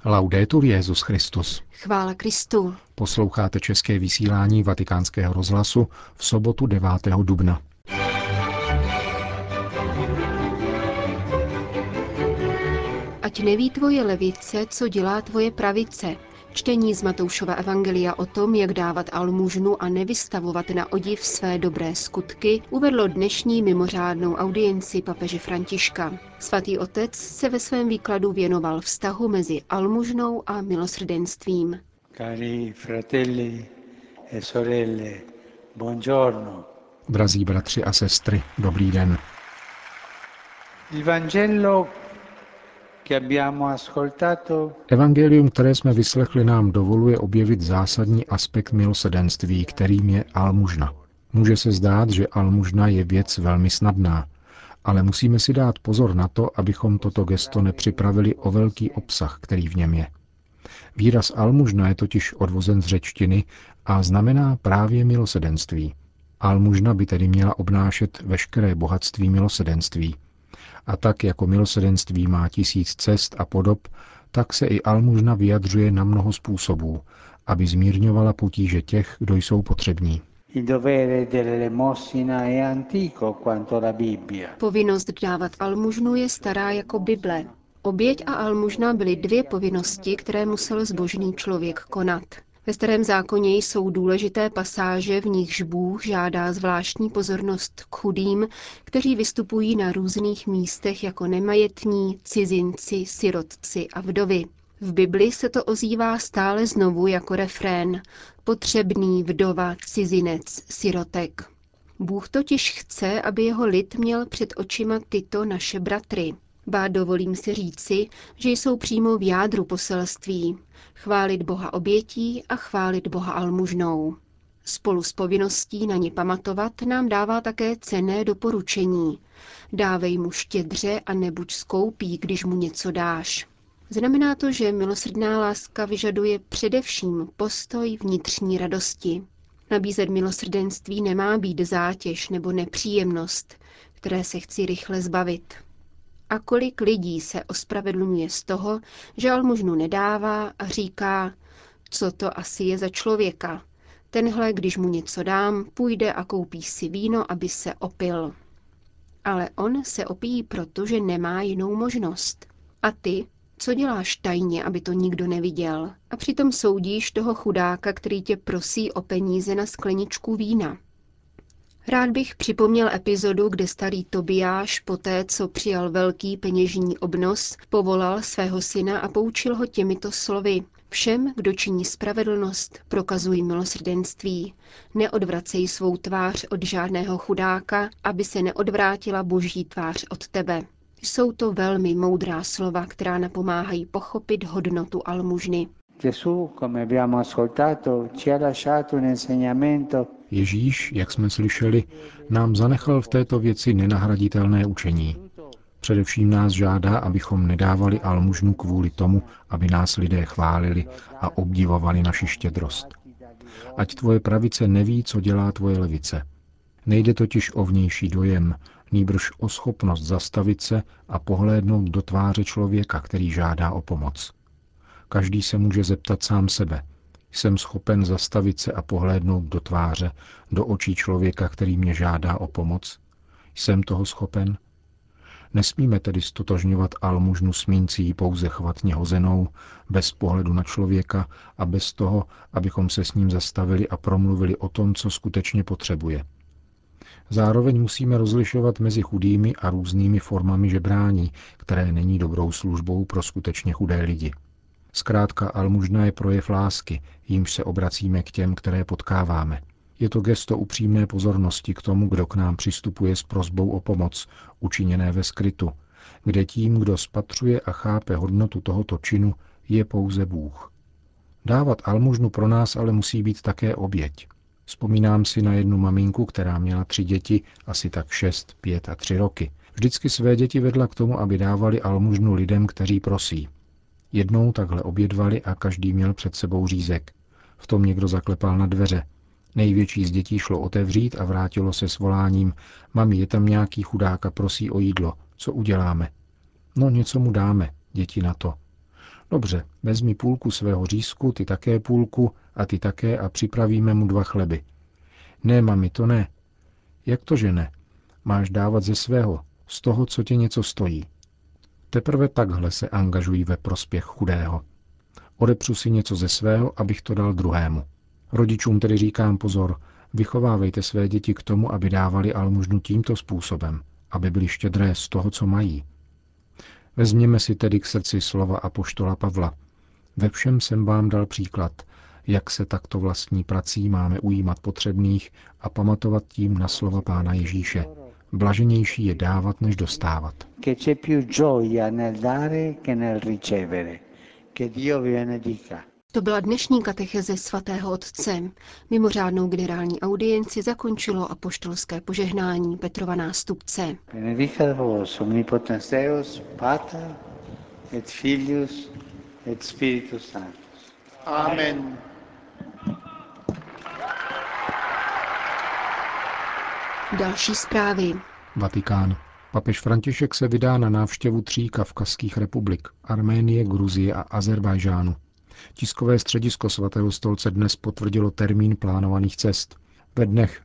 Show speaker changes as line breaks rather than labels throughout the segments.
Laudetur Jesus Christus.
Chvála Kristu.
Posloucháte české vysílání Vatikánského rozhlasu v sobotu 9. dubna.
Ať neví tvoje levice, co dělá tvoje pravice. Čtení z Matoušova evangelia o tom, jak dávat almužnu a nevystavovat na odiv své dobré skutky, uvedlo dnešní mimořádnou audienci papeže Františka. Svatý otec se ve svém výkladu věnoval vztahu mezi almužnou a milosrdenstvím.
Cari fratelli e sorelle, buongiorno.
Drazí bratři a sestry, dobrý den.
Il Vangelo che abbiamo ascoltato
Evangelium, které jsme vyslechli, nám dovoluje objevit zásadní aspekt milosrdenství, kterým je almužna. Může se zdát, že almužna je věc velmi snadná, ale musíme si dát pozor na to, abychom toto gesto nepřipravili o velký obsah, který v něm je. Výraz almužna je totiž odvozen z řečtiny a znamená právě milosrdenství. Almužna by tedy měla obnášet veškeré bohatství milosrdenství. A tak jako milosrdenství má 1000 cest a podob, tak se i almužna vyjadřuje na mnoho způsobů, aby zmírňovala potíže těch, kdo jsou potřební.
Povinnost dávat almužnu je stará jako Bible. Oběť a almužna byly 2 povinnosti, které musel zbožný člověk konat. Ve Starém zákoně jsou důležité pasáže, v nichž Bůh žádá zvláštní pozornost k chudým, kteří vystupují na různých místech jako nemajetní, cizinci, sirotci a vdovy. V Bibli se to ozývá stále znovu jako refrén: potřebný, vdova, cizinec, sirotek. Bůh totiž chce, aby jeho lid měl před očima tyto naše bratry. Ba dovolím si říci, že jsou přímo v jádru poselství. Chválit Boha obětí a chválit Boha almužnou. Spolu s povinností na ně pamatovat nám dává také cenné doporučení. Dávej mu štědře a nebuď skoupý, když mu něco dáš. Znamená to, že milosrdná láska vyžaduje především postoj vnitřní radosti. Nabízet milosrdenství nemá být zátěž nebo nepříjemnost, které se chci rychle zbavit. A kolik lidí se ospravedlňuje z toho, že almužnu nedává a říká, co to asi je za člověka. Tenhle, když mu něco dám, půjde a koupí si víno, aby se opil. Ale on se opíjí proto, že nemá jinou možnost. A ty, co děláš tajně, aby to nikdo neviděl? A přitom soudíš toho chudáka, který tě prosí o peníze na skleničku vína. Rád bych připomněl epizodu, kde starý Tobiáš poté, co přijal velký peněžní obnos, povolal svého syna a poučil ho těmito slovy. Všem, kdo činí spravedlnost, prokazuj milosrdenství. Neodvracej svou tvář od žádného chudáka, aby se neodvrátila boží tvář od tebe. Jsou to velmi moudrá slova, která napomáhají pochopit hodnotu almužny.
Ježíš, jak jsme slyšeli, nám zanechal v této věci nenahraditelné učení. Především nás žádá, abychom nedávali almužnu kvůli tomu, aby nás lidé chválili a obdivovali naši štědrost. Ať tvoje pravice neví, co dělá tvoje levice. Nejde totiž o vnější dojem, nýbrž o schopnost zastavit se a pohlédnout do tváře člověka, který žádá o pomoc. Každý se může zeptat sám sebe. Jsem schopen zastavit se a pohlédnout do tváře, do očí člověka, který mě žádá o pomoc? Jsem toho schopen? Nesmíme tedy stotožňovat almužnu s mincí pouze chvatně hozenou, bez pohledu na člověka a bez toho, abychom se s ním zastavili a promluvili o tom, co skutečně potřebuje. Zároveň musíme rozlišovat mezi chudými a různými formami žebrání, které není dobrou službou pro skutečně chudé lidi. Zkrátka almužna je projev lásky, jímž se obracíme k těm, které potkáváme. Je to gesto upřímné pozornosti k tomu, kdo k nám přistupuje s prosbou o pomoc, učiněné ve skrytu, kde tím, kdo spatřuje a chápe hodnotu tohoto činu, je pouze Bůh. Dávat almužnu pro nás ale musí být také oběť. Vzpomínám si na jednu maminku, která měla 3 děti, asi tak 6, 5 a 3 roky. Vždycky své děti vedla k tomu, aby dávali almužnu lidem, kteří prosí. Jednou takhle obědvali a každý měl před sebou řízek. V tom někdo zaklepal na dveře. Největší z dětí šlo otevřít a vrátilo se s voláním: Mami, je tam nějaký chudák a prosí o jídlo. Co uděláme? No, něco mu dáme, děti na to. Dobře, vezmi půlku svého řízku, ty také půlku a ty také a připravíme mu 2 chleby. Ne, mami, to ne. Jak to, že ne? Máš dávat ze svého, z toho, co tě něco stojí. Teprve takhle se angažují ve prospěch chudého. Odepřu si něco ze svého, abych to dal druhému. Rodičům tedy říkám pozor, vychovávejte své děti k tomu, aby dávali almužnu tímto způsobem, aby byli štědré z toho, co mají. Vezměme si tedy k srdci slova apoštola Pavla. Ve všem jsem vám dal příklad, jak se takto vlastní prací máme ujímat potřebných a pamatovat tím na slova Pána Ježíše. Blaženější je dávat, než dostávat.
To byla dnešní katecheze svatého otce. Mimořádnou generální audienci zakončilo apoštolské požehnání Petrova nástupce.
Benedicat vos omnipotens Deus, Pater et Filius et Spiritus Sanctus.
Amen.
Další zprávy.
Vatikán. Papež František se vydá na návštěvu 3 kavkazských republik – Arménie, Gruzie a Azerbajdžánu. Tiskové středisko svatého stolce dnes potvrdilo termín plánovaných cest. Ve dnech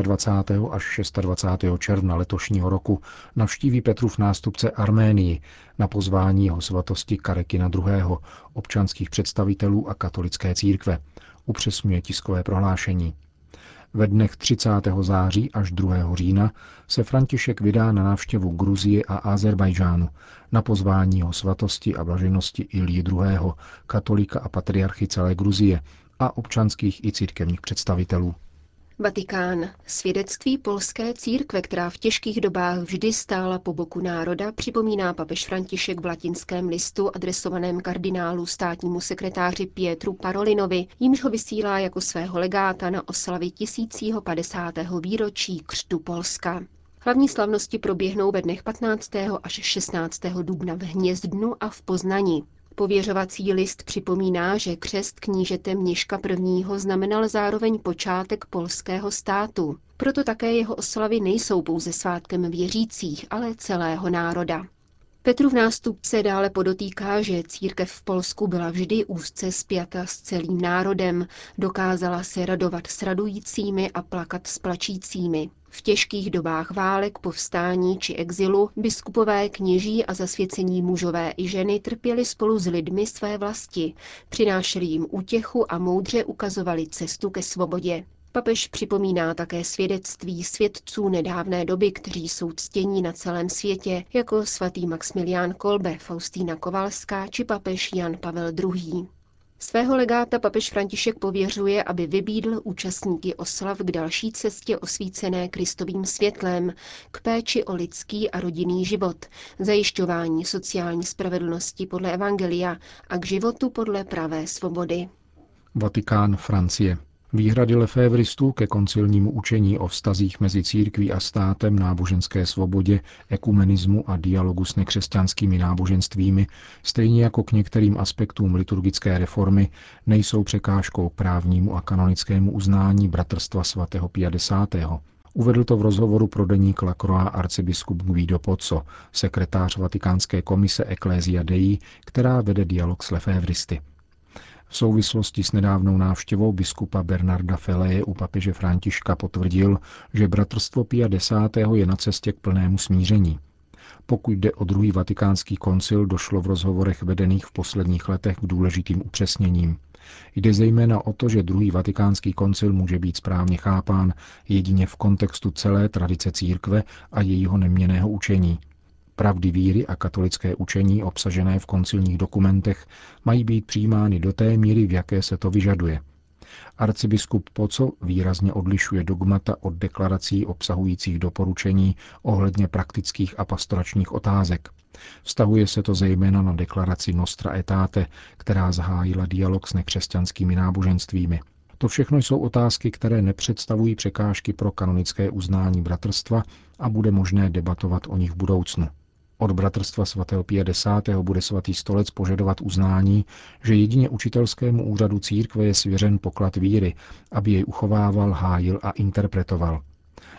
24. až 26. června letošního roku navštíví Petrův nástupce Arménii na pozvání jeho svatosti Karekina II., občanských představitelů a katolické církve, upřesňuje tiskové prohlášení. Ve dnech 30. září až 2. října se František vydá na návštěvu Gruzie a Azerbajdžánu na pozvání jeho svatosti a blaženosti Ilji II., katolika a patriarchy celé Gruzie a občanských i církevních představitelů.
Vatikán. Svědectví polské církve, která v těžkých dobách vždy stála po boku národa, připomíná papež František v latinském listu adresovaném kardinálu státnímu sekretáři Pietru Parolinovi, jímž ho vysílá jako svého legáta na oslavy 1050. výročí křtu Polska. Hlavní slavnosti proběhnou ve dnech 15. až 16. dubna v Hnězdnu a v Poznani. Pověřovací list připomíná, že křest knížete Mniška I. znamenal zároveň počátek polského státu. Proto také jeho oslavy nejsou pouze svátkem věřících, ale celého národa. Petrův nástupce dále podotýká, že církev v Polsku byla vždy úzce spjata s celým národem, dokázala se radovat s radujícími a plakat s plačícími. V těžkých dobách válek, povstání či exilu biskupové, kněží a zasvěcení mužové i ženy trpěli spolu s lidmi své vlasti, přinášeli jim útěchu a moudře ukazovali cestu ke svobodě. Papež připomíná také svědectví svědců nedávné doby, kteří jsou ctění na celém světě, jako svatý Maxmilián Kolbe, Faustína Kovalská či papež Jan Pavel II. Svého legáta papež František pověřuje, aby vybídl účastníky oslav k další cestě osvícené Kristovým světlem, k péči o lidský a rodinný život, zajišťování sociální spravedlnosti podle evangelia a k životu podle pravé svobody.
Vatikán, Francie. Výhrady lefévristů ke koncilnímu učení o vztazích mezi církví a státem, náboženské svobodě, ekumenismu a dialogu s nekřesťanskými náboženstvími, stejně jako k některým aspektům liturgické reformy, nejsou překážkou právnímu a kanonickému uznání bratrstva svatého Pia X. Uvedl to v rozhovoru pro deník La Croix arcibiskup Guido Pozzo, sekretář Vatikánské komise Ecclesia Dei, která vede dialog s lefévristy. V souvislosti s nedávnou návštěvou biskupa Bernarda Feleje u papeže Františka potvrdil, že bratrstvo Pia X. je na cestě k plnému smíření. Pokud jde o druhý vatikánský koncil, došlo v rozhovorech vedených v posledních letech k důležitým upřesněním. Jde zejména o to, že druhý vatikánský koncil může být správně chápán jedině v kontextu celé tradice církve a jejího neměnného učení. Pravdy víry a katolické učení obsažené v koncilních dokumentech mají být přijímány do té míry, v jaké se to vyžaduje. Arcibiskup Pozzo výrazně odlišuje dogmata od deklarací obsahujících doporučení ohledně praktických a pastoračních otázek. Vztahuje se to zejména na deklaraci Nostra Aetate, která zahájila dialog s nekřesťanskými náboženstvími. To všechno jsou otázky, které nepředstavují překážky pro kanonické uznání bratrstva a bude možné debatovat o nich v budoucnu. Od bratrstva svatého Pia X. bude svatý stolec požadovat uznání, že jedině učitelskému úřadu církve je svěřen poklad víry, aby jej uchovával, hájil a interpretoval.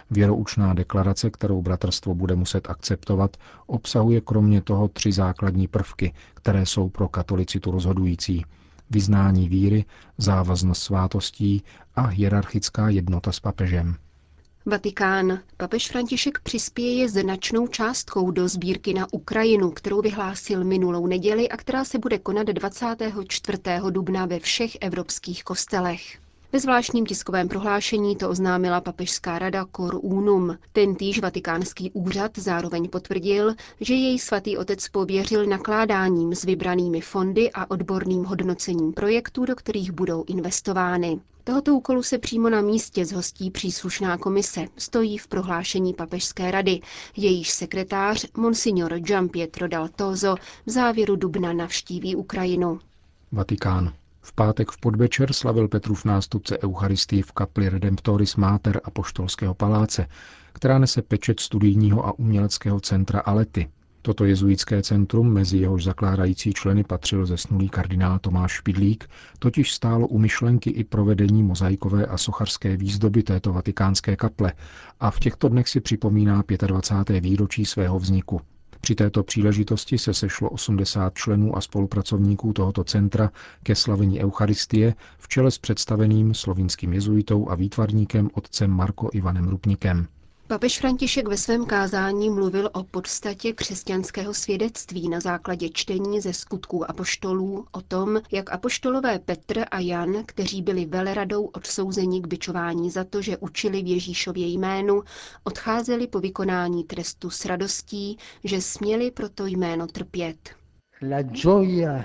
Věroučná deklarace, kterou bratrstvo bude muset akceptovat, obsahuje kromě toho 3 základní prvky, které jsou pro katolicitu rozhodující. Vyznání víry, závaznost svátostí a hierarchická jednota s papežem.
Vatikán. Papež František přispěje značnou částkou do sbírky na Ukrajinu, kterou vyhlásil minulou neděli a která se bude konat 24. dubna ve všech evropských kostelech. Ve zvláštním tiskovém prohlášení to oznámila papežská rada Cor Unum. Tentýž vatikánský úřad zároveň potvrdil, že jej svatý otec pověřil nakládáním s vybranými fondy a odborným hodnocením projektů, do kterých budou investovány. Tohoto úkolu se přímo na místě zhostí příslušná komise, stojí v prohlášení papežské rady. Jejíž sekretář, monsignor Gianpietro Dal Toso, v závěru dubna navštíví Ukrajinu.
Vatikán. V pátek v podvečer slavil Petrův nástupce Eucharistii v kapli Redemptoris Mater Apoštolského paláce, která nese pečeť studijního a uměleckého centra Alety. Toto jezuitské centrum, mezi jehož zakládající členy patřil zesnulý kardinál Tomáš Špidlík, totiž stálo u myšlenky i provedení mozaikové a sochařské výzdoby této vatikánské kaple a v těchto dnech si připomíná 25. výročí svého vzniku. Při této příležitosti se sešlo 80 členů a spolupracovníků tohoto centra ke slavení Eucharistie v čele s představeným slovinským jezuitou a výtvarníkem otcem Marko Ivanem Rupnikem.
Papež František ve svém kázání mluvil o podstatě křesťanského svědectví na základě čtení ze Skutků apoštolů o tom, jak apoštolové Petr a Jan, kteří byli veleradou odsouzeni k bičování za to, že učili v Ježíšově jménu, odcházeli po vykonání trestu s radostí, že směli pro to jméno trpět.
La gioia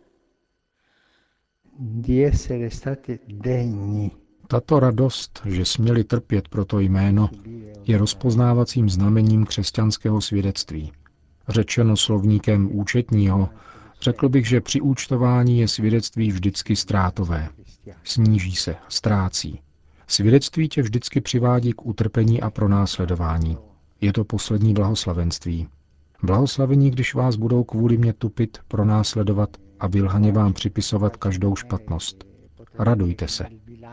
di essere stati degni.
Tato radost, že směli trpět pro to jméno, je rozpoznávacím znamením křesťanského svědectví. Řečeno slovníkem účetního, řekl bych, že při účtování je svědectví vždycky ztrátové. Sníží se, ztrácí. Svědectví tě vždycky přivádí k utrpení a pronásledování. Je to poslední blahoslavenství. Blahoslavení, když vás budou kvůli mě tupit, pronásledovat a vylhaně vám připisovat každou špatnost. Radujte se.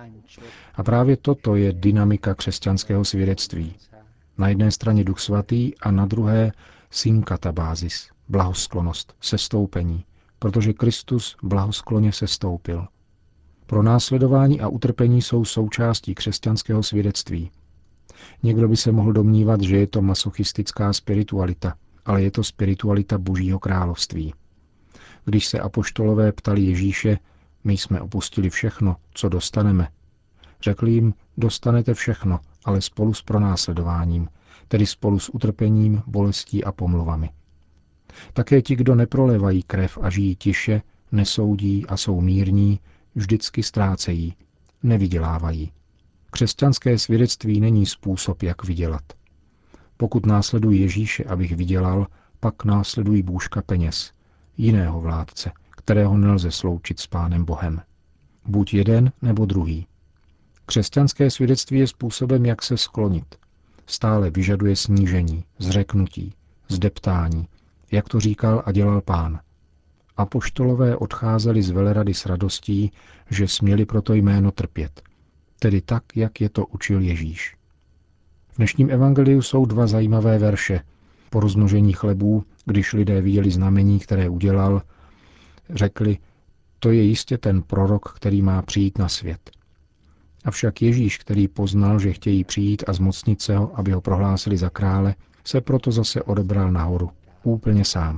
A právě toto je dynamika křesťanského svědectví. Na jedné straně Duch Svatý a na druhé synkatabasis, blahosklonost, sestoupení, protože Kristus blahoskloně sestoupil. Pronásledování a utrpení jsou součástí křesťanského svědectví. Někdo by se mohl domnívat, že je to masochistická spiritualita, ale je to spiritualita Božího království. Když se apoštolové ptali Ježíše, my jsme opustili všechno, co dostaneme. Řekl jim, dostanete všechno, ale spolu s pronásledováním, tedy spolu s utrpením, bolestí a pomluvami. Také ti, kdo neprolévají krev a žijí tiše, nesoudí a jsou mírní, vždycky ztrácejí, nevydělávají. Křesťanské svědectví není způsob, jak vydělat. Pokud následuji Ježíše, abych vydělal, pak následují bůžka peněz, jiného vládce, kterého nelze sloučit s Pánem Bohem. Buď jeden nebo druhý. Křesťanské svědectví je způsobem, jak se sklonit. Stále vyžaduje snížení, zřeknutí, zdeptání, jak to říkal a dělal Pán. Apoštolové odcházeli z velerady s radostí, že směli proto jméno trpět. Tedy tak, jak je to učil Ježíš. V dnešním evangeliu jsou 2 zajímavé verše. Po rozmnožení chlebů, když lidé viděli znamení, které udělal, řekli, to je jistě ten prorok, který má přijít na svět. Avšak Ježíš, který poznal, že chtějí přijít a zmocnit se ho, aby ho prohlásili za krále, se proto zase odebral nahoru, úplně sám.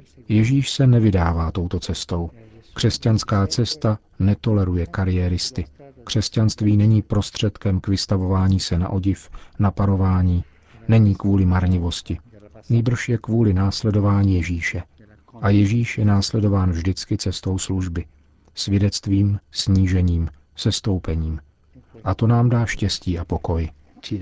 Ježíš se nevydává touto cestou. Křesťanská cesta netoleruje kariéristy. Křesťanství není prostředkem k vystavování se na odiv, na parování, není kvůli marnivosti. Nýbrž je kvůli následování Ježíše. A Ježíš je následován vždycky cestou služby, svědectvím, snížením, sestoupením. A to nám dá štěstí a pokoj.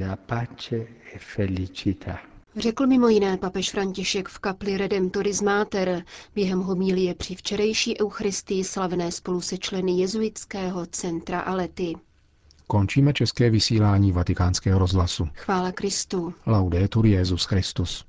Řekl mimo jiné papež František v kapli Redemptoris Mater během homilie při včerejší eucharistii slavné spolu se členy jezuitského centra Alety.
Končíme české vysílání Vatikánského rozhlasu.
Chvála Kristu.
Laudetur Jesus Christus.